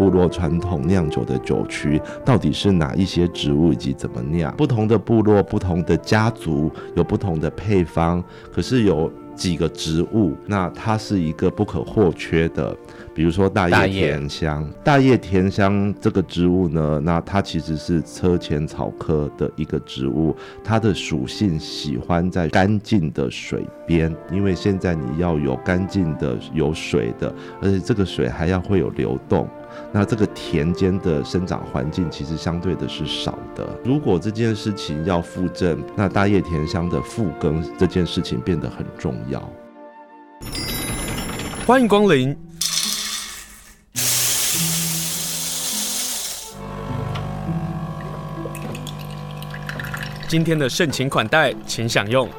部落传统酿酒的酒区到底是哪一些植物以及怎么酿。不同的部落、不同的家族有不同的配方，可是有几个植物，那它是一个不可或缺的。比如说大叶甜香，大叶甜香这个植物呢，那它其实是车前草科的一个植物，它的属性喜欢在干净的水边，因为现在你要有干净的有水的，而且这个水还要会有流动，那这个田间的生长环境其实相对的是少的。如果这件事情要复振，那大叶甜香的复耕这件事情变得很重要。 欢迎光临。今天的盛情款待，请享用。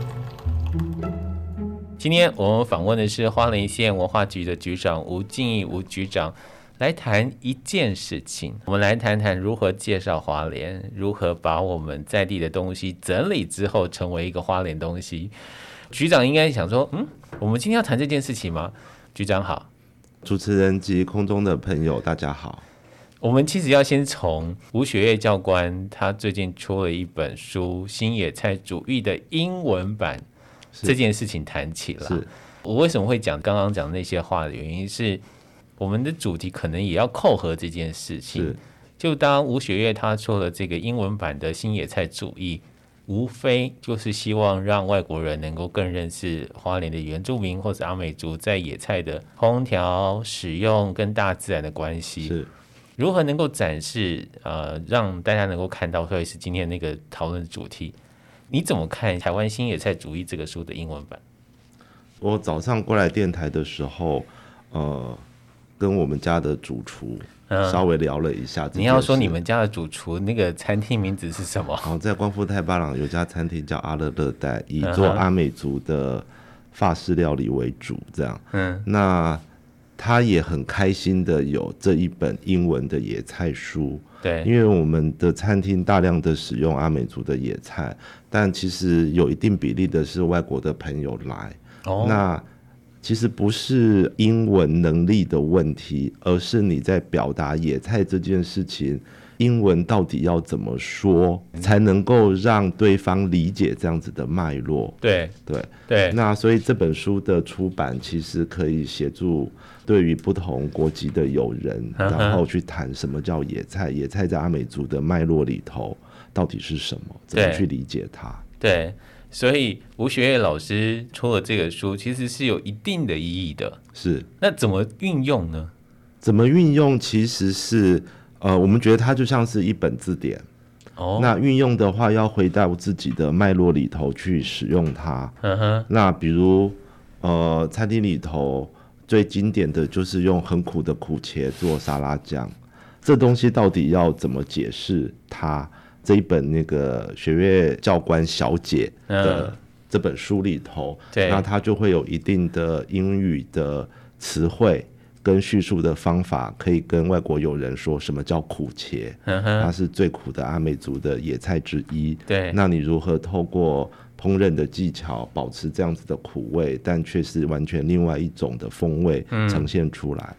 今天我们访问的是花莲县文化局的局长吴敬义吴局长，来谈一件事情。我们来谈谈如何介绍花莲，如何把我们在地的东西整理之后成为一个花莲东西。局长应该想说，我们今天要谈这件事情吗？局长好。 主持人及空中的朋友大家好。 我们其实要先从吴学月教官他最近出了一本书《新野菜主义》的英文版这件事情谈起了。我为什么会讲刚刚讲那些话的原因是，我们的主题可能也要扣合这件事情。就当吴学月他出了这个英文版的《新野菜主义》，无非就是希望让外国人能够更认识花莲的原住民或者阿美族在野菜的烹调、使用跟大自然的关系。如何能够展示让大家能够看到，所以是今天那个讨论的主题。你怎么看台湾新野菜主义这个书的英文版？ 我早上过来电台的时候跟我们家的主厨稍微聊了一下。 你要说你们家的主厨那个餐厅名字是什么？ 在光复太巴朗有家餐厅叫阿勒热带，以做阿美族的法式料理为主，这样。那他也很开心的有这一本英文的野菜书。对，因为我们的餐厅大量的使用阿美族的野菜，但其实有一定比例的是外国的朋友来。那其实不是英文能力的问题，而是你在表达野菜这件事情，英文到底要怎么说才能够让对方理解这样子的脉络。对，那所以这本书的出版其实可以协助对于不同国籍的友人，然后去谈什么叫野菜，野菜在阿美族的脉络里头到底是什么，怎么去理解它。对， 所以吴学月老师出了这个书其实是有一定的意义的。 是， 那怎么运用呢？ 怎么运用其实是我们觉得它就像是一本字典。那运用的话要回到自己的脉络里头去使用它。那比如餐厅里头最经典的就是用很苦的苦茄做沙拉酱，这东西到底要怎么解释它？这一本那个学月教官小姐的这本书里头，那它就会有一定的英语的词汇跟叙述的方法，可以跟外国友人说什么叫苦茄，它是最苦的阿美族的野菜之一。对，那你如何透过烹饪的技巧保持这样子的苦味，但却是完全另外一种的风味呈现出来。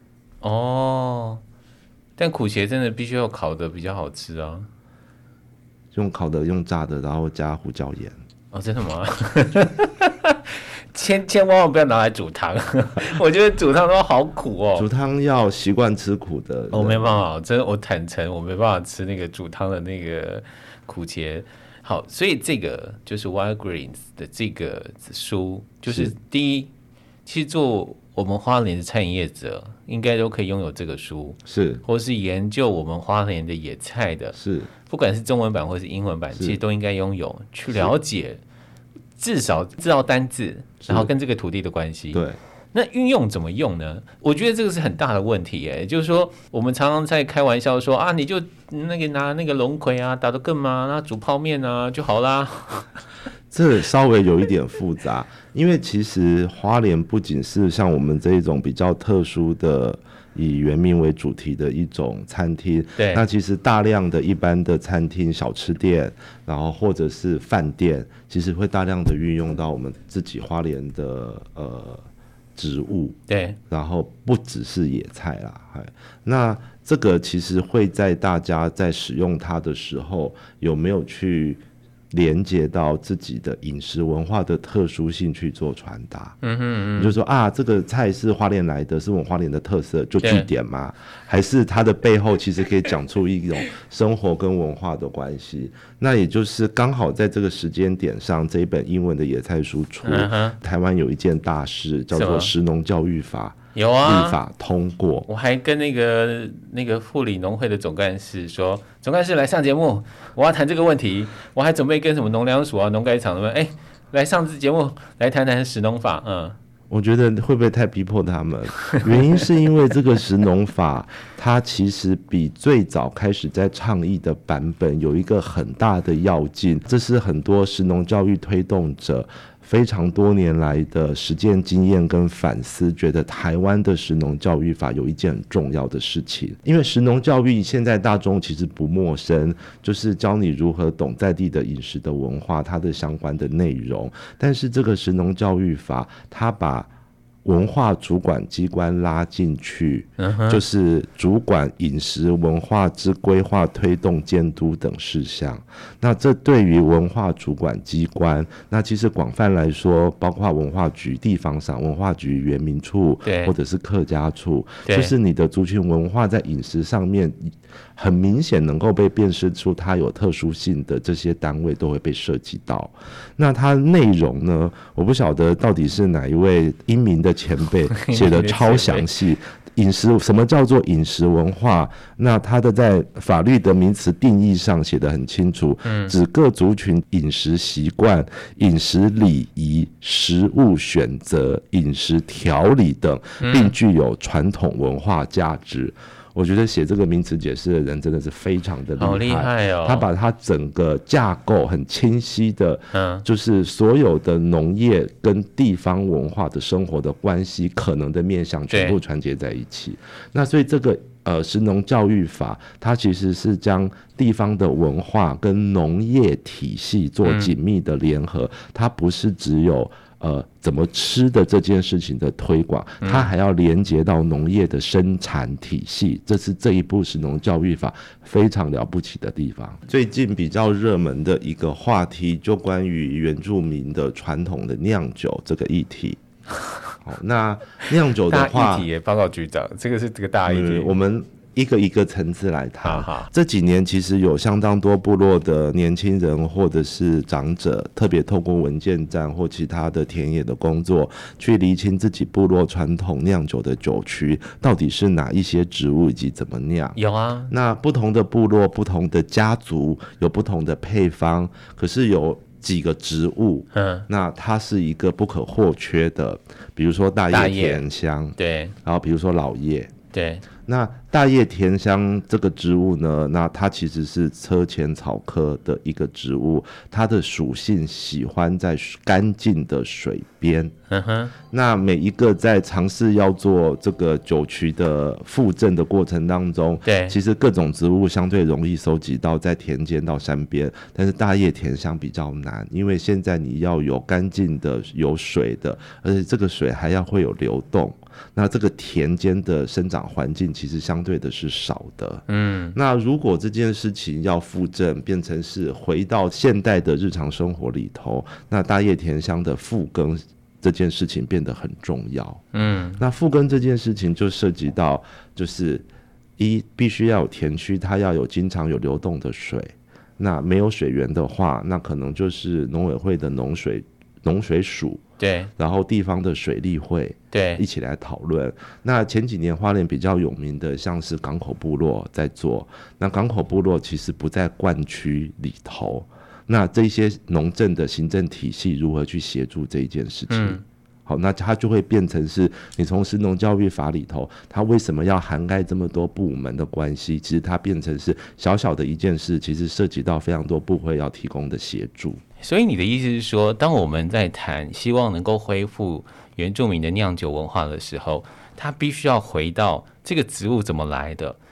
但苦茄真的必须要烤的比较好吃啊。 用烤的，用炸的，然后加胡椒盐。 真的吗？千万不要拿来煮汤，我觉得煮汤都好苦哦。 煮汤要习惯吃苦的。 我没办法，真的，我坦诚，我没办法吃那个煮汤的那个苦茄。好，所以这个就是 Wild Greens 的这个书，就是第一，其实做我们花莲的餐饮业者应该都可以拥有这个书，是，或是研究我们花莲的野菜的，是，不管是中文版或是英文版，其实都应该拥有，去了解，至少知道单字，然后跟这个土地的关系。对，那运用怎么用呢？我觉得这个是很大的问题耶。就是说，我们常常在开玩笑说啊，你就那个拿那个龙葵啊，打得更嘛，那煮泡面啊就好啦。 这稍微有一点复杂，因为其实花莲不仅是像我们这一种比较特殊的以原民为主题的一种餐厅，对，那其实大量的一般的餐厅、小吃店，然后或者是饭店，其实会大量的运用到我们自己花莲的植物， 对， 然后不只是野菜啦。那这个其实会在大家在使用它的时候，有没有去连接到自己的饮食文化的特殊性去做传达？你就说啊，这个菜是花莲来的，是我们花莲的特色，就据点吗？还是它的背后其实可以讲出一种生活跟文化的关系？那也就是刚好在这个时间点上，这一本英文的野菜书出，台湾有一件大事叫做食农教育法。 有啊， 立法通过， 我还跟那个护理农会的总干事说，总干事来上节目，我要谈这个问题，我还准备跟什么农粮署啊、农改场的们，来上这节目来谈谈食农法， 我觉得会不会太逼迫他们？原因是因为这个食农法，它其实比最早开始在倡议的版本有一个很大的要进，这是很多食农教育推动者非常多年来的实践经验跟反思，觉得台湾的食农教育法有一件很重要的事情。因为食农教育现在大众其实不陌生，就是教你如何懂在地的饮食的文化，它的相关的内容。但是这个食农教育法，它把文化主管机关拉进去，就是主管饮食文化之规划、推动、监督等事项。那这对于文化主管机关，那其实广泛来说，包括文化局、地方上文化局、原民处，或者是客家处，就是你的族群文化在饮食上面很明显能够被辨识出它有特殊性的这些单位都会被涉及到。那它内容呢，我不晓得到底是哪一位英明的前辈写的超详细。饮食什么叫做饮食文化？那它的在法律的名词定义上写得很清楚，指各族群饮食习惯、饮食礼仪、食物选择、饮食调理等，并具有传统文化价值。我觉得写这个名词解释的人真的是非常的厉害， 好厉害哦！ 他把他整个架构很清晰的，就是所有的农业跟地方文化的生活的关系，可能的面向全部串接在一起。那所以这个食农教育法，它其实是将地方的文化跟农业体系做紧密的联合，它不是只有怎么吃的这件事情的推广，它还要连接到农业的生产体系，这是这一部食农教育法非常了不起的地方。最近比较热门的一个话题，就关于原住民的传统的酿酒这个议题。好，那酿酒的话， 大议题耶，报告局长，这个是这个大议题， 我们一个一个层次来谈。这几年其实有相当多部落的年轻人或者是长者，特别透过文件站或其他的田野的工作，去厘清自己部落传统酿酒的酒区到底是哪一些植物以及怎么酿。 有啊， 那不同的部落、不同的家族有不同的配方，可是有几个植物，那它是一个不可或缺的，比如说大叶甜香， 对， 然后比如说老叶， 对。 那大叶甜香这个植物呢，那它其实是车前草科的一个植物，它的属性喜欢在干净的水边。那每一个在尝试要做这个酒曲的复振的过程当中， 对， 其实各种植物相对容易收集到在田间到山边，但是大叶甜香比较难，因为现在你要有干净的、有水的，而且这个水还要会有流动。那这个田间的生长环境其实相对的是少的，那如果这件事情要复振变成是回到现代的日常生活里头，那大叶甜香的复耕这件事情变得很重要。那复耕这件事情就涉及到，就是必须要有田区，它要有经常有流动的水，那没有水源的话，那可能就是农委会的农水署， 对， 然后地方的水利会， 对， 一起来讨论。那前几年花莲比较有名的，像是港口部落在做，那港口部落其实不在灌区里头，那这些农政的行政体系如何去协助这一件事情？好，那它就会变成是你从食农教育法里头，它为什么要涵盖这么多部门的关系？其实它变成是小小的一件事，其实涉及到非常多部会要提供的协助。 所以你的意思是说，当我们在谈希望能够恢复原住民的酿酒文化的时候，它必须要回到这个植物怎么来的，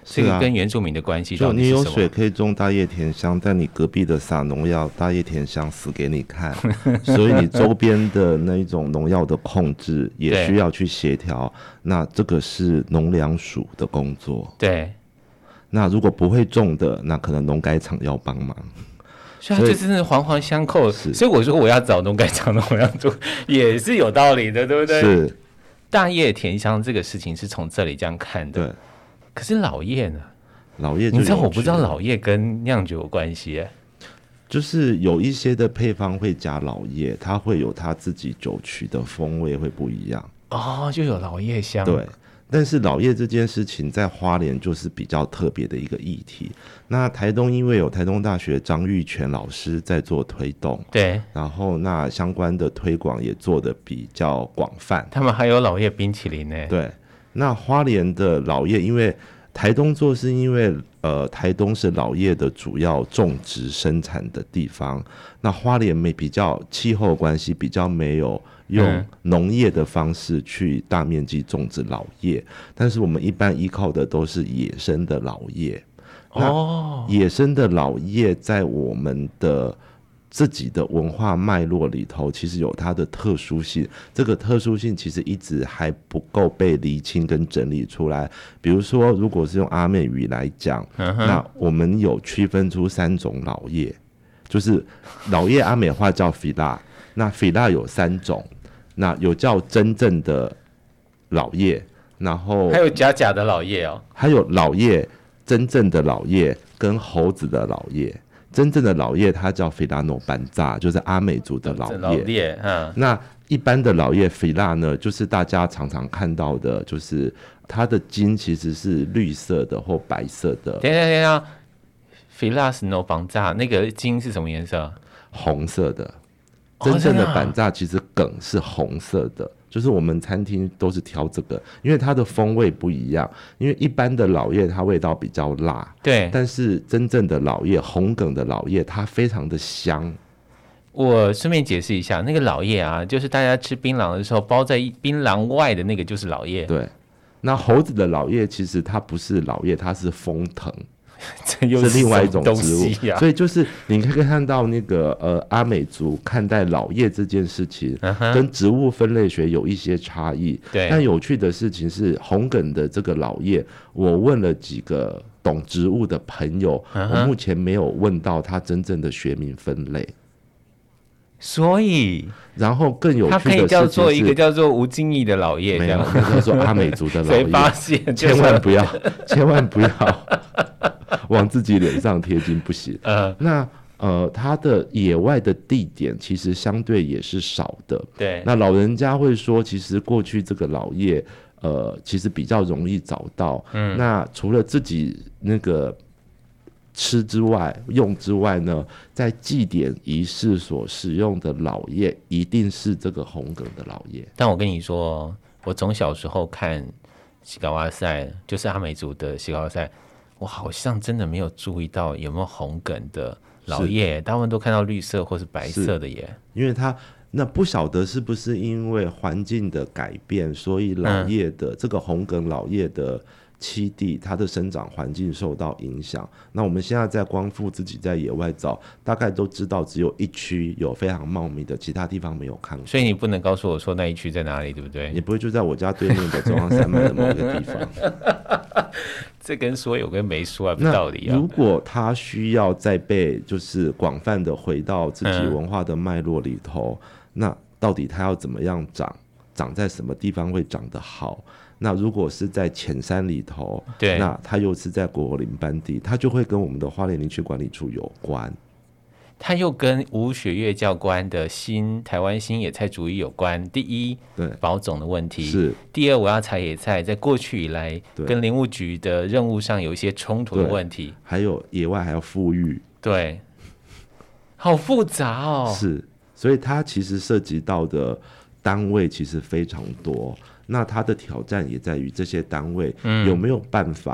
这个跟原住民的关系到底是什么？ 就你有水可以种大叶田香，但你隔壁的撒农药，大叶田香死给你看，所以你周边的那一种农药的控制也需要去协调。那这个是农粮署的工作。 对。 那如果不会种的，那可能农改场要帮忙。 所以它就真的环环相扣。所以我说我要找农改场农粮署也是有道理的，对不对？ 是。 大叶田香这个事情是从这里这样看的。对。可是老叶呢？ 老叶就你知道我不知道老叶跟酿酒有关系耶。 就是有一些的配方会加老叶，它会有它自己酒曲的风味会不一样。 哦，就有老叶香。 对。但是老叶这件事情在花莲就是比较特别的一个议题。那台东因为有台东大学张玉泉老师在做推动， 对， 然后那相关的推广也做得比较广泛。 他们还有老叶冰淇淋呢。 对，那花莲的老叶，因为台东做是因为台东是老叶的主要种植生产的地方，那花莲比较气候关系比较没有用农业的方式去大面积种植老叶，但是我们一般依靠的都是野生的老叶。那野生的老叶在我们的自己的文化脉络里头，其实有它的特殊性。这个特殊性其实一直还不够被厘清跟整理出来。比如说，如果是用阿美语来讲，那我们有区分出3种老叶，就是老叶阿美话叫菲拉，那菲拉有3种，那有叫真正的老叶，然后还有假的老叶哦， 还有老叶真正的老叶跟猴子的老叶。真正的老叶它叫菲拉诺班扎，就是阿美族的老叶。那一般的老叶菲拉呢，就是大家常常看到的，就是它的茎其实是绿色的或白色的。 等一下，菲拉是 no 班扎，那个茎是什么颜色？ 红色的。真正的板扎其实梗是红色的。就是我们餐厅都是挑这个，因为它的风味不一样。因为一般的老叶它味道比较辣， 对， 但是真正的老叶红梗的老叶它非常的香。 我顺便解释一下，那个老叶啊，就是大家吃槟榔的时候包在槟榔外的那个就是老叶。 对，那猴子的老叶其实它不是老叶，它是枫藤。 这又是另外一种植物，所以就是你可以看到那个阿美族看待老叶这件事情，跟植物分类学有一些差异。 对， 但有趣的事情是，红梗的这个老叶，我问了几个懂植物的朋友，我目前没有问到它真正的学名分类。 所以， 然后更有趣的事情是，它可以叫做一个叫做吴敬义的老叶， 没有，那叫做阿美族的老叶。 谁发现？ 千万不要，千万不要往自己脸上贴金，不行。那它的野外的地点其实相对也是少的。 对， 那老人家会说，其实过去这个老叶，其实比较容易找到。那除了自己那个吃之外用之外呢，在祭典仪式所使用的老叶一定是这个红梗的老叶。 但我跟你说，我从小时候看西嘎哇赛，就是阿美族的西嘎哇赛，我好像真的没有注意到有没有红梗的老叶，大部分都看到绿色或是白色的耶。 因为它那不晓得是不是因为环境的改变，所以老叶的这个红梗老叶的栖地，它的生长环境受到影响。那我们现在在光复自己在野外找，大概都知道只有一区有非常茂密的，其他地方没有看过。 所以你不能告诉我说那一区在哪里，对不对？ 也不会就在我家对面的中央山脉的某一个地方。 这跟说有跟没说不道理啊。 如果它需要再被就是广泛的回到自己文化的脉络里头，那到底它要怎么样长在什么地方会长得好？那如果是在浅山里头， 对， 那它又是在国林班地，它就会跟我们的花莲林区管理处有关。 它又跟吴雪月教官的台湾新野菜主义有关。第一， 对保种的问题； 是第二，我要采野菜，在过去以来跟林务局的任务上有一些冲突的问题。 还有野外还要富裕， 对，好复杂哦。 是，所以它其实涉及到的单位其实非常多。那它的挑战也在于这些单位有没有办法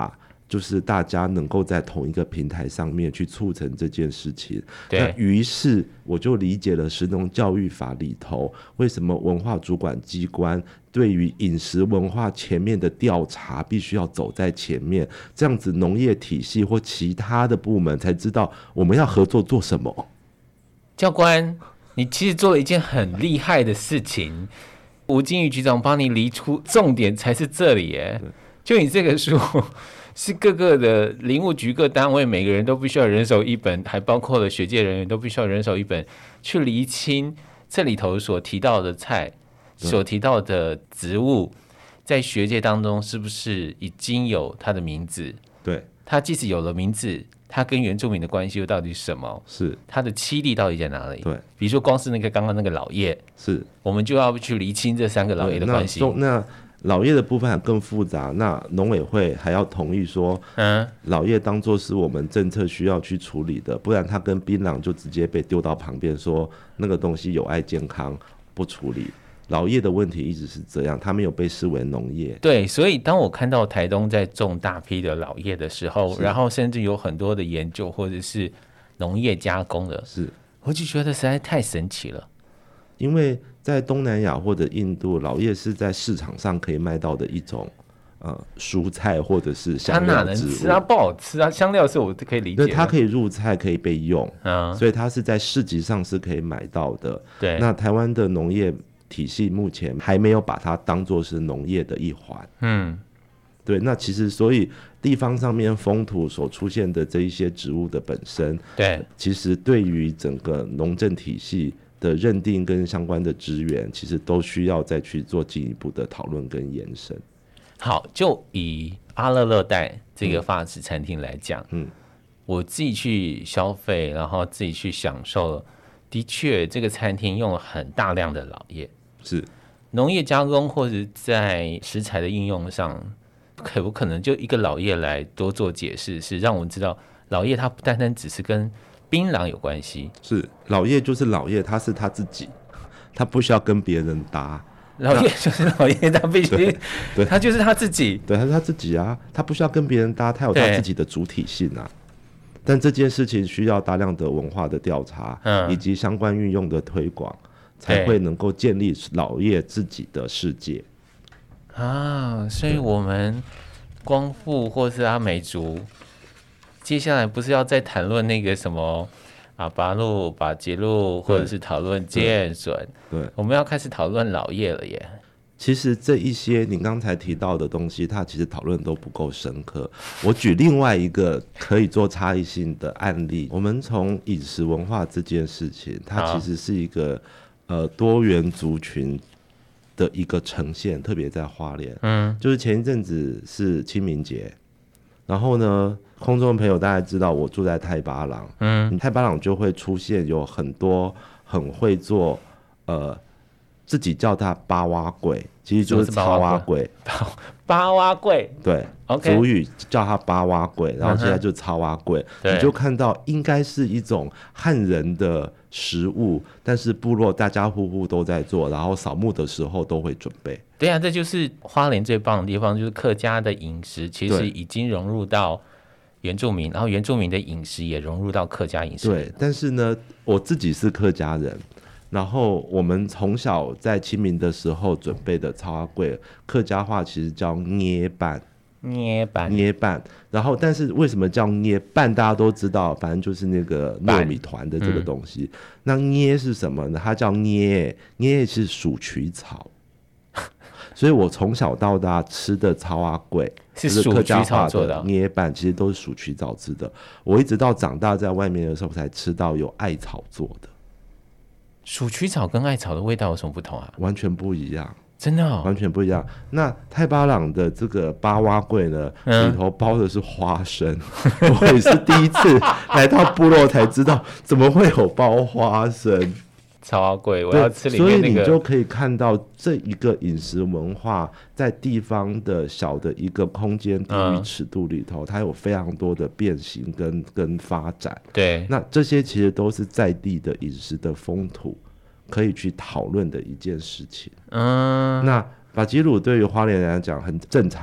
就是大家能够在同一个平台上面去促成这件事情。 对， 那于是我就理解了食农教育法里头为什么文化主管机关对于饮食文化前面的调查必须要走在前面，这样子农业体系或其他的部门才知道我们要合作做什么。 教官，你其实做了一件很厉害的事情，吴金宇局长帮你理出重点才是这里耶。就你这个书是各个的林务局各单位每个人都必须要人手一本，还包括了学界人员都必须要人手一本，去厘清这里头所提到的菜、所提到的植物，在学界当中是不是已经有它的名字？ 对， 它即使有了名字，它跟原住民的关系又到底是什么？ 是它的栖地到底在哪里？ 对， 比如说光是刚刚那个老叶， 是我们就要去厘清这3个老叶的关系。 那老叶的部分还更复杂，那农委会还要同意说，老叶当作是我们政策需要去处理的，不然它跟槟榔就直接被丢到旁边，说那个东西有害健康，不处理。老叶的问题一直是这样，它没有被视为农业。 对，所以当我看到台东在种大批的老叶的时候，然后甚至有很多的研究或者是农业加工的，我就觉得实在太神奇了。 因为在东南亚或者印度，老叶是在市场上可以卖到的一种蔬菜或者是香料植物。它哪能吃啊？不好吃啊！香料是我可以理解的， 对，它可以入菜，可以被用，所以它是在市集上是可以买到的。 对， 那台湾的农业体系目前还没有把它当作是农业的一环。对，那其实所以地方上面风土所出现的这一些植物的本身， 对， 其实对于整个农政体系的认定跟相关的资源，其实都需要再去做进一步的讨论跟延伸。 好，就以阿勒热带这个法式餐厅来讲，我自己去消费，然后自己去享受了，的确，这个餐厅用了很大量的老叶， 是农业加工或者在食材的应用上，可不可能就一个老叶来多做解释，是让我们知道老叶它不单单只是跟槟榔有关系， 是老叶就是老叶，他是他自己，他不需要跟别人搭。 老叶就是老叶，他必须，对，他就是他自己， 对，他是他自己啊，他不需要跟别人搭，他有他自己的主体性啊。但这件事情需要大量的文化的调查，以及相关运用的推广，才会能够建立老叶自己的世界啊。所以我们光复或是阿美族。接下来不是要再谈论那个什么巴路、巴吉路，或者是讨论剑笋， 对， 我们要开始讨论老叶了耶。 其实这一些你刚才提到的东西，它其实讨论都不够深刻。我举另外一个可以做差异性的案例，我们从饮食文化这件事情，它其实是一个多元族群的一个呈现，特别在花莲，就是前一阵子是清明节。然后呢，空中的朋友大家知道我住在太巴朗，太巴朗就会出现有很多很会做自己叫它巴蛙粿，其实就是草蛙粿。 巴蛙粿， 对，族语叫它巴蛙粿，然后现在就草蛙粿，你就看到应该是一种汉人的食物，但是部落家家户户都在做，然后扫墓的时候都会准备。 对啊，这就是花莲最棒的地方，就是客家的饮食其实已经融入到原住民，然后原住民的饮食也融入到客家饮食。 对，但是呢，我自己是客家人，然后我们从小在清明的时候准备的草仔粿，客家话其实叫捏拌。然后但是为什么叫捏拌，大家都知道，反正就是那个糯米团的这个东西。那捏是什么呢？它叫捏是鼠曲草。所以我从小到大吃的草仔粿是客家话的捏拌，其实都是鼠曲草吃的。我一直到长大在外面的时候才吃到有艾草做的。 鼠曲草跟艾草的味道有什么不同啊？ 完全不一样， 真的完全不一样。那太巴朗的这个巴蛙粿呢，里头包的是花生。我也是第一次来到部落才知道，怎么会有包花生。 超贵，我要吃里面那个。 所以你就可以看到这一个饮食文化在地方的小的一个空间地域尺度里头，它有非常多的变形跟发展。 对， 那这些其实都是在地的饮食的风土可以去讨论的一件事情。那巴吉鲁对于花莲人来讲很正常，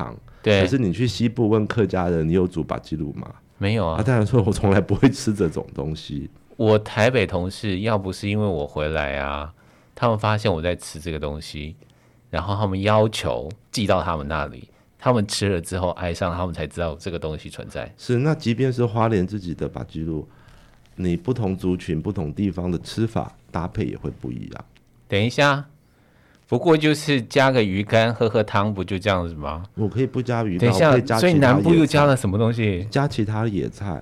对。 可是你去西部问客家人，你有煮把鸡卤吗？ 没有啊。 当然说我从来不会吃这种东西。 我台北同事要不是因为我回来啊，他们发现我在吃这个东西，然后他们要求寄到他们那里，他们吃了之后爱上，他们才知道这个东西存在。 是，那即便是花莲自己的把鸡卤，你不同族群、不同地方的吃法搭配也会不一样。 等一下，不过就是加个鱼干喝喝汤，不就这样子吗？ 我可以不加鱼干， 等一下， 我可以加其他野菜。 所以南部又加了什么东西？ 加其他野菜。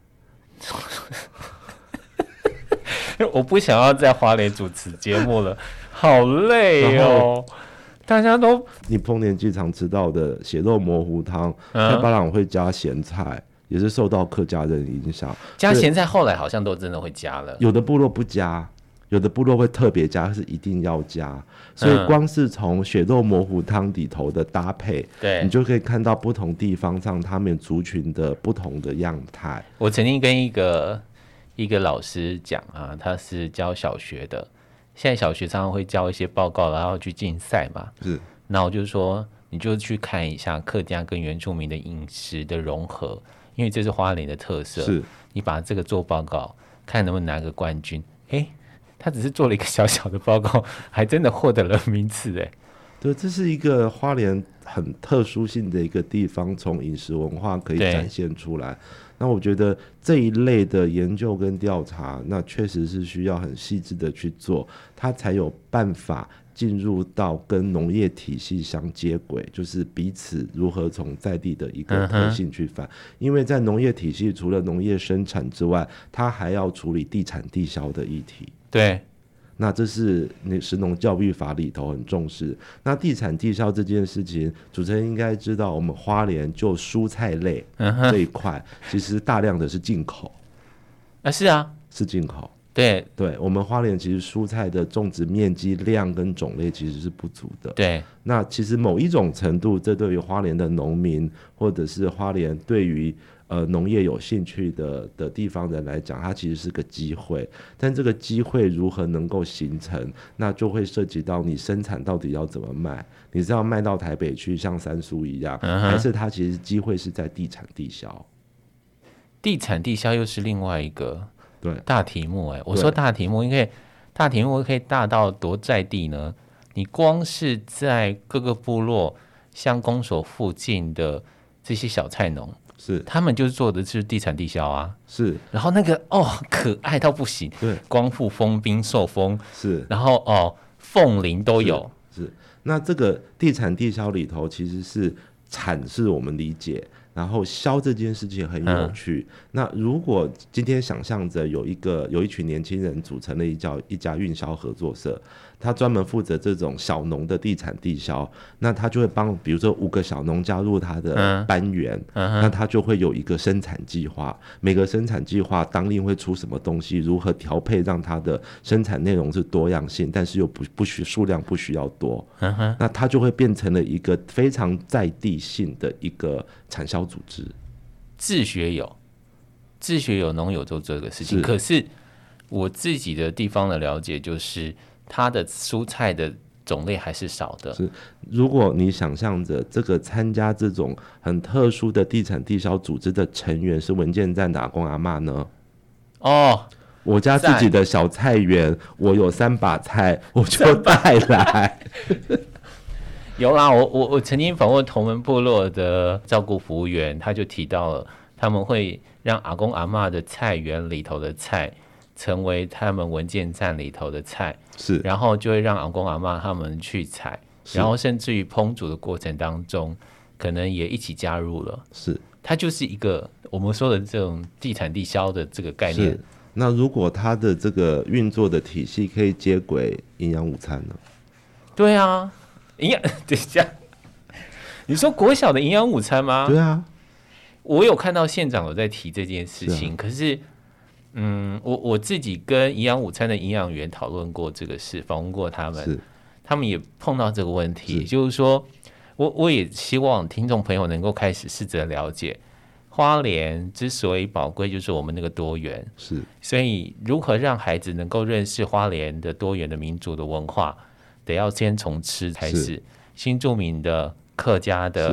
我不想要在花莲主持节目了，好累哦。大家都， 你丰年祭常吃到的血肉模糊汤，太巴朗会加咸菜，也是受到客家人影响。 加咸菜后来好像都真的会加了， 有的部落不加，有的部落会特别加，是一定要加。所以光是从血肉模糊汤里头的搭配， 对， 你就可以看到不同地方上他们族群的不同的样态。 我曾经跟一个老师讲啊，他是教小学的，现在小学常常会教一些报告，然后去竞赛嘛。 是， 那我就说，你就去看一下客家跟原住民的饮食的融合，因为这是花莲的特色。 是， 你把这个做报告，看能不能拿个冠军。他只是做了一个小小的报告，还真的获得了名次。 对，这是一个花莲很特殊性的一个地方，从饮食文化可以展现出来。那我觉得这一类的研究跟调查，那确实是需要很细致的去做，它才有办法进入到跟农业体系相接轨，就是彼此如何从在地的一个特性去反。因为在农业体系，除了农业生产之外，它还要处理地产地销的议题。 对， 那这是食农教育法里头很重视。那地产地销这件事情，主持人应该知道，我们花莲就蔬菜类这一块，其实大量的是进口。 是啊， 是进口。 对， 我们花莲其实蔬菜的种植面积量跟种类其实是不足的。 对， 那其实某一种程度，这对于花莲的农民，或者是花莲对于农业有兴趣的地方人来讲，它其实是个机会。但这个机会如何能够形成，那就会涉及到你生产到底要怎么卖。你是要卖到台北去，像三叔一样，还是它其实机会是在地产地销？ 地产地销又是另外一个大题目。我说大题目，因为大题目可以大到多在地呢？你光是在各个部落乡公所附近的这些小菜农， 是他们就是做的是地产地销啊。 是， 然后那个可爱到不行， 对， 光复丰滨寿丰是， 然后凤林都有。 是，那这个地产地销里头其实是产是我们理解，然后销这件事情很有趣。那如果今天想象着有一群年轻人组成了一家运销合作社，他专门负责这种小农的地产地销，那他就会帮比如说5个小农加入他的班员，那他就会有一个生产计划，每个生产计划当令会出什么东西，如何调配让他的生产内容是多样性，但是又数量不需要多，那他就会变成了一个非常在地性的一个产销组织。 自学有农友做这个事情，可是我自己的地方的了解就是它的蔬菜的种类还是少的。 是，如果你想象着这个参加这种很特殊的地产地销组织的成员是文件站的阿公阿嬷呢？我家自己的小菜园，我有3把菜，我就带来。 有啦，我曾经访问同门部落的照顾服务员，他就提到了他们会让阿公阿嬷的菜园里头的菜成为他们文件站里头的菜， 是， 然后就会让阿公阿嬷他们去采，然后甚至于烹煮的过程当中，可能也一起加入了。 是， 它就是一个我们说的这种地产地销的这个概念。 是，那如果它的这个运作的体系可以接轨营养午餐呢？ 对啊，等一下，你说国小的营养午餐吗？ 对啊， 我有看到县长有在提这件事情，可是我自己跟营养午餐的营养员讨论过这个事，访问过他们，他们也碰到这个问题，就是说我也希望听众朋友能够开始试着了解花莲之所以宝贵，就是我们那个多元， 是， 所以如何让孩子能够认识花莲的多元的民族的文化，得要先从吃开始，新住民的、客家的、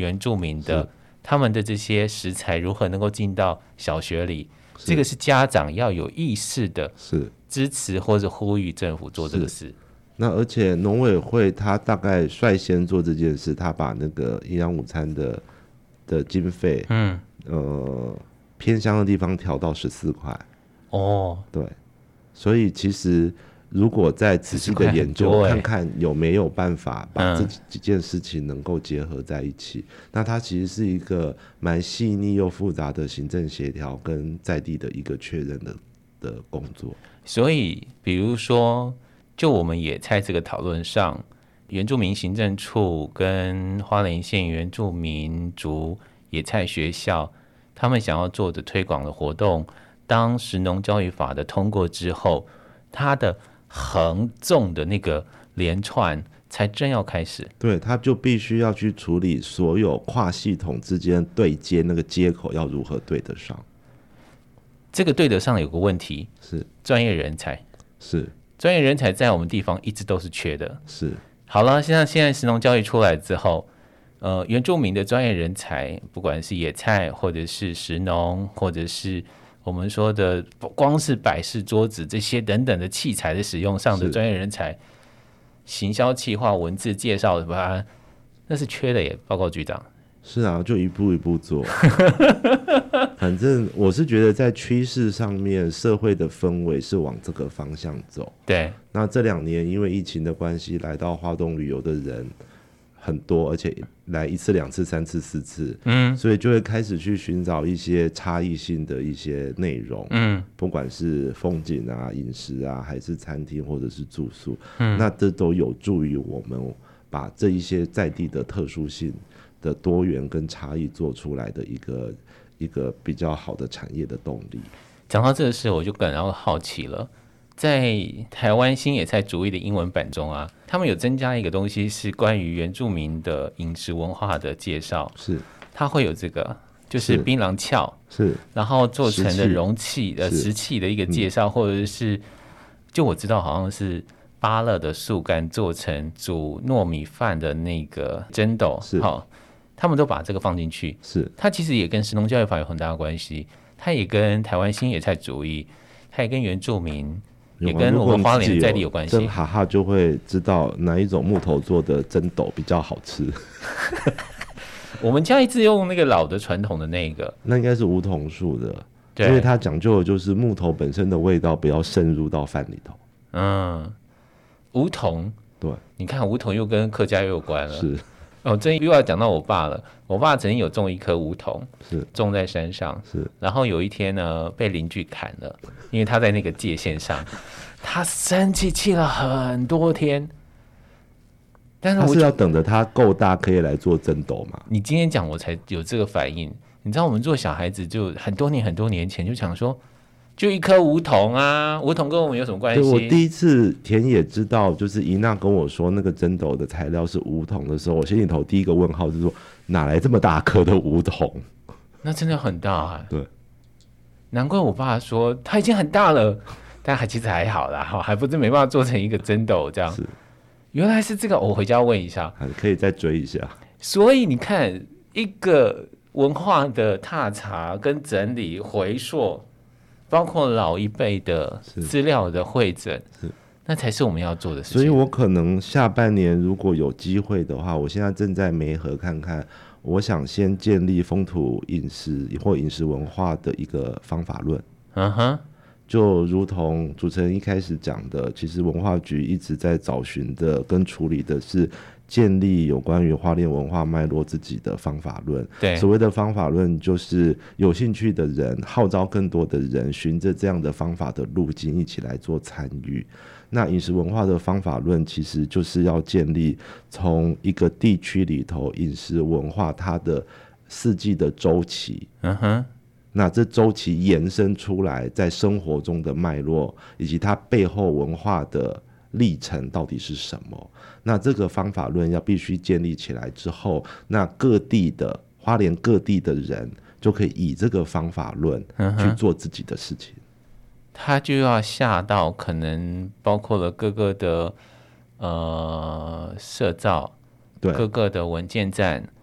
原住民的他们的这些食材如何能够进到小学里，这个是家长要有意识的支持或者呼吁政府做这个事。 那而且农委会他大概率先做这件事，他把那个营养午餐的经费，偏乡的地方调到14块。对，所以其实如果再仔细的研究，看看有没有办法把这几件事情能够结合在一起，那它其实是一个蛮细腻又复杂的行政协调跟在地的一个确认的工作。 所以比如说就我们野菜这个讨论上，原住民行政处跟花莲县原住民族野菜学校他们想要做的推广的活动，当食农教育法的通过之后，它的横纵的那个连串才正要开始。 对，他就必须要去处理所有跨系统之间对接那个接口要如何对得上。 这个对得上有个问题是专业人才，专业人才在我们地方一直都是缺的。好了，现在食农教育出来之后，原住民的专业人才，不管是野菜或者是食农，或者是我们说的光是摆饰桌子这些等等的器材的使用上的专业人才，行销企划文字介绍什么，那是缺的耶，报告局长。 是啊，就一步一步做。反正我是觉得在趋势上面，社会的氛围是往这个方向走。 对， 那这2年因为疫情的关系，来到花东旅游的人很多，而且来1次、2次、3次、4次，所以就会开始去寻找一些差异性的一些内容，不管是风景啊、饮食啊，还是餐厅或者是住宿，那这都有助于我们把这一些在地的特殊性的多元跟差异做出来的一个比较好的产业的动力。 讲到这个事，我就感到好奇了。在台湾新野菜主义的英文版中啊，他们有增加一个东西，是关于原住民的饮食文化的介绍。它会有这个，就是槟榔壳，然后做成的容器的食器的一个介绍，或者是就我知道好像是芭乐的树干做成煮糯米饭的那个蒸斗，他们都把这个放进去。它其实也跟食农教育法有很大的关系，它也跟台湾新野菜主义，它也跟原住民，也跟我们花莲在地有关系。 蒸哈哈就会知道哪一种木头做的蒸斗比较好吃。 我们家一直用那个老的传统的那个， 那应该是梧桐树的，因为它讲究的就是木头本身的味道不要渗入到饭里头。 梧桐， 对， 你看梧桐又跟客家又有关了。这又要讲到我爸了。我爸曾经有种一棵梧桐，种在山上，然后有一天呢，被邻居砍了，因为他在那个界限上，他生气气了很多天。但是他是要等着它够大可以来做蒸斗嘛？ 你今天讲我才有这个反应。你知道我们做小孩子就很多年前就想说，就一颗梧桐啊，梧桐跟我们有什么关系？ 我第一次田野知道，就是伊娜跟我说那个蒸斗的材料是梧桐的时候，我心里头第一个问号是说，哪来这么大颗的梧桐？ 那真的很大啊！ 对， 难怪我爸说它已经很大了，但其实还好啦，还不是没办法做成一个蒸斗这样。原来是这个，我回家问一下， 可以再追一下。 所以你看，一个文化的踏查跟整理回溯，包括老一辈的资料的汇整，那才是我们要做的事情。 所以我可能下半年如果有机会的话，我现在正在媒合看看，我想先建立风土饮食或饮食文化的一个方法论。就如同主持人一开始讲的，其实文化局一直在找寻的跟处理的是建立有关于花莲文化脉络自己的方法论。 对， 所谓的方法论就是有兴趣的人号召更多的人循着这样的方法的路径一起来做参与。那饮食文化的方法论其实就是要建立从一个地区里头饮食文化它的四季的周期，那这周期延伸出来在生活中的脉络以及它背后文化的历程到底是什么。那这个方法论要必须建立起来之后，那各地的花莲各地的人就可以以这个方法论去做自己的事情。 他就要下到可能包括了各个的社造，各个的文件站，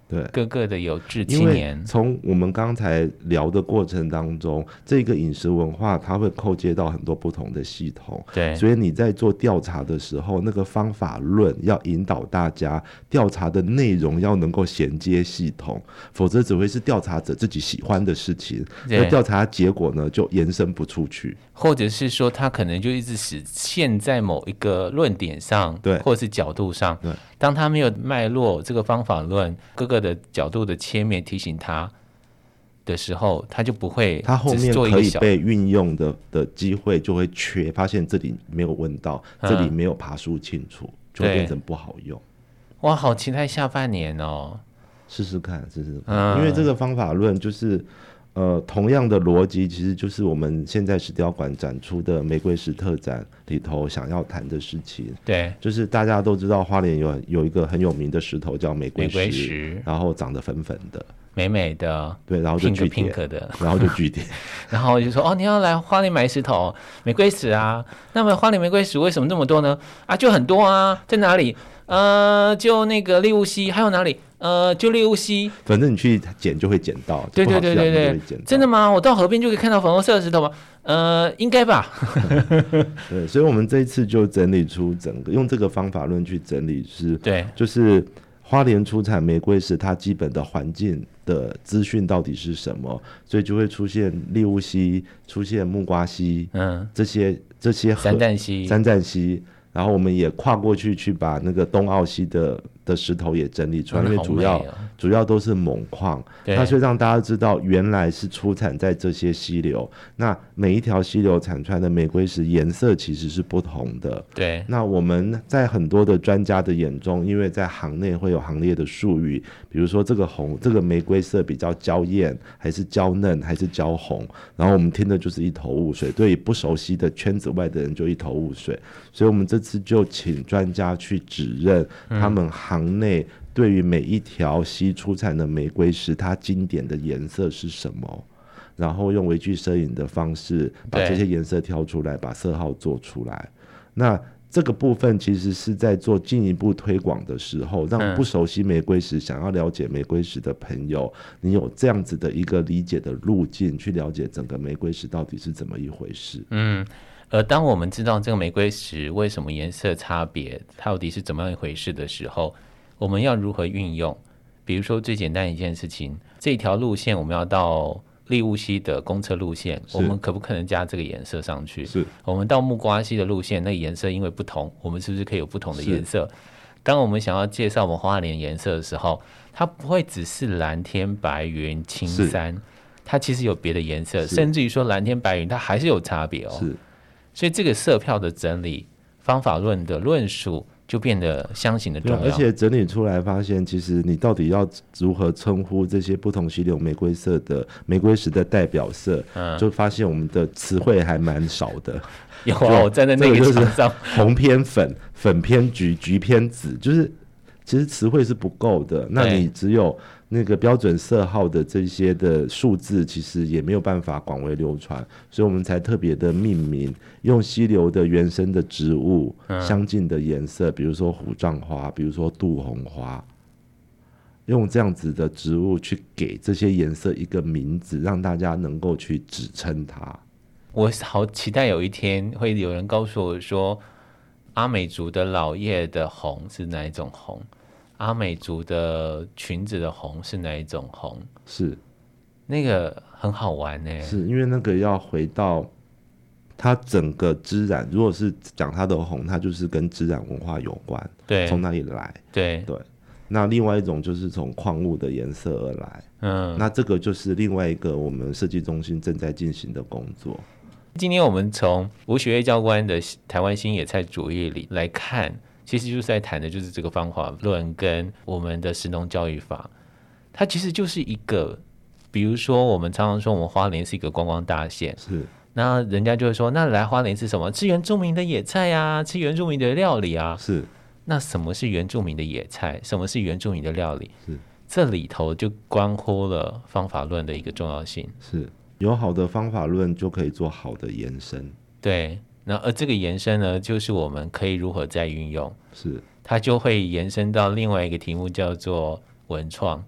对， 各个的有志因为青年。 从我们刚才聊的过程当中，这个饮食文化它会扣接到很多不同的系统， 对， 所以你在做调查的时候，那个方法论要引导大家，调查的内容要能够衔接系统，否则只会是调查者自己喜欢的事情，而调查结果呢就延伸不出去， 或者是说他可能就一直使陷在某一个论点上， 对， 或者是角度上， 对， 当他没有脉络，这个方法论各个的角度的切面提醒他的时候，他就不会， 他后面可以被运用的机会就会缺，发现这里没有问到，这里没有爬梳清楚，就会变成不好用。 哇，好期待下半年哦！ 试试看，因为这个方法论就是同样的逻辑，其实就是我们现在石雕馆展出的玫瑰石特展里头想要谈的事情。 对， 就是大家都知道花莲有一个很有名的石头叫玫瑰石，然后长得粉粉的。 美美的， 对，然后就据点，然后就据点， 然后就说哦，你要来花莲买石头，玫瑰石啊？那么花莲玫瑰石为什么这么多呢？啊，就很多啊，在哪里？就那个利乌溪，还有哪里？就利乌溪， 反正你去捡就会捡到。 对，真的吗？我到河边就可以看到粉红色的石头吗？应该吧。 对，所以我们这一次就整理出整个用这个方法论去整理对， 就是花莲出产玫瑰石它基本的环境的资讯到底是什么，所以就会出现利乌溪，出现木瓜溪，这些河，三站溪，然后我们也跨过去把那个东澳溪的石头也整理出来，因为主要都是锰矿，那所以让大家知道原来是出产在这些溪流，那每一条溪流产出来的玫瑰石颜色其实是不同的。 对， 那我们在很多的专家的眼中，因为在行内会有行业的术语，比如说这个玫瑰色比较娇艳，还是娇嫩，还是娇红，然后我们听的就是一头雾水，对于不熟悉的圈子外的人就一头雾水，所以我们这次就请专家去指认他们行内对于每一条溪出产的玫瑰石它经典的颜色是什么，然后用微距摄影的方式把这些颜色挑出来，把色号做出来。那这个部分其实是在做进一步推广的时候，让不熟悉玫瑰石想要了解玫瑰石的朋友，你有这样子的一个理解的路径，去了解整个玫瑰石到底是怎么一回事。 当我们知道这个玫瑰石为什么颜色差别，到底是怎么样一回事的时候，我们要如何运用？比如说最简单一件事情，这条路线我们要到利乌溪的公车路线，我们可不可能加这个颜色上去？ 是我们到木瓜溪的路线，那个颜色因为不同，我们是不是可以有不同的颜色？当我们想要介绍我们花莲颜色的时候，它不会只是蓝天白云青山，它其实有别的颜色，甚至于说蓝天白云它还是有差别哦。 是， 所以这个色票的整理、方法论的论述就变得相形的重要。 而且整理出来发现，其实你到底要如何称呼这些不同溪流玫瑰色的玫瑰石的代表色，就发现我们的词汇还蛮少的。 有啊，我站在那个场上， 红偏粉，粉偏橘，橘偏紫，就是其实词汇是不够的。那你只有那个标准色号的这些的数字，其实也没有办法广为流传，所以我们才特别的命名，用溪流的原生的植物相近的颜色，比如说虎杖花，比如说杜红花，用这样子的植物去给这些颜色一个名字，让大家能够去指称它。 我好期待有一天会有人告诉我说，阿美族的老叶的红是哪一种红，阿美族的裙子的红是哪一种红， 是那个很好玩耶。 是因为那个要回到它整个织染，如果是讲它的红，它就是跟织染文化有关， 对， 从哪里来， 对。 那另外一种就是从矿物的颜色而来，那这个就是另外一个我们设计中心正在进行的工作。 今天我们从吴学业教官的台湾新野菜主义里来看，其实就是在谈的就是这个方法论跟我们的食农教育法，它其实就是一个，比如说我们常常说我们花莲是一个观光大县， 是， 那人家就会说，那来花莲是什么？吃原住民的野菜啊，吃原住民的料理啊。 是， 那什么是原住民的野菜？什么是原住民的料理？ 是， 这里头就关乎了方法论的一个重要性。 是，有好的方法论就可以做好的延伸。 对，那而这个延伸呢，就是我们可以如何再运用。 是， 它就会延伸到另外一个题目，叫做文创。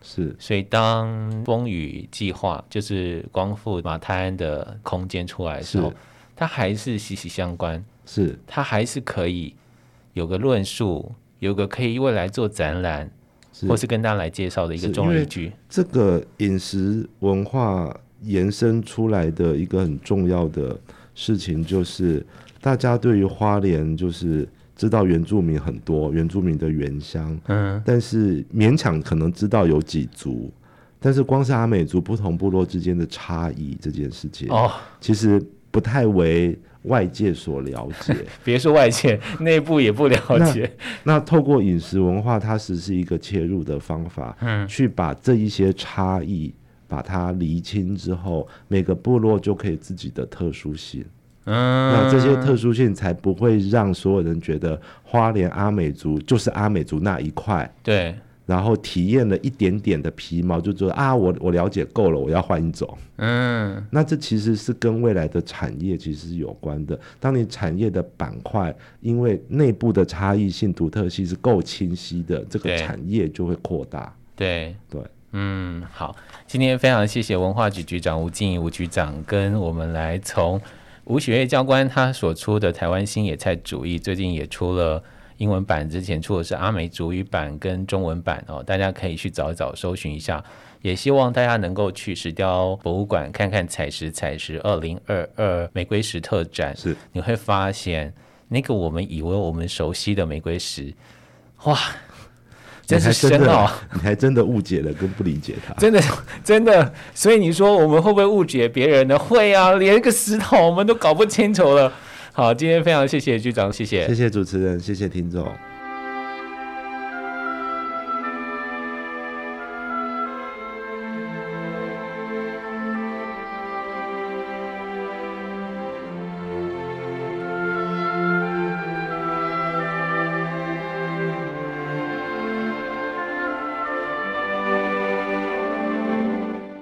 是， 所以当风雨计划就是光复马太鞍的空间出来的时候，它还是息息相关， 是它还是可以有个论述，有个可以未来做展览，或是跟大家来介绍的一个重要依据。 这个饮食文化延伸出来的一个很重要的事情，就是大家对于花莲就是知道原住民很多，原住民的原乡，但是勉强可能知道有几族，但是光是阿美族不同部落之间的差异这件事情，其实不太为外界所了解。 别说外界，内部也不了解。 那透过饮食文化，它只是一个切入的方法，去把这一些差异把它厘清之后，每个部落就可以自己的特殊性。那这些特殊性才不会让所有人觉得花莲阿美族就是阿美族那一块， 对， 然后体验了一点点的皮毛就觉得啊，我了解够了，我要换一种。那这其实是跟未来的产业其实是有关的。当你产业的板块因为内部的差异性独特性是够清晰的，这个产业就会扩大。 对，好，今天非常谢谢文化局局长吴静怡吴局长跟我们来从吴雪月教官他所出的台湾新野菜主义，最近也出了英文版，之前出的是阿美族语版跟中文版大家可以去找一找搜寻一下，也希望大家能够去石雕博物馆看看采石2022玫瑰石特展， 是你会发现那个我们以为我们熟悉的玫瑰石，哇，真是深奥， 你还真的误解了跟不理解它， 真的，所以你说我们会不会误解别人呢？会啊，连一个石头我们都搞不清楚了。好，今天非常谢谢局长，谢谢主持人，谢谢听众。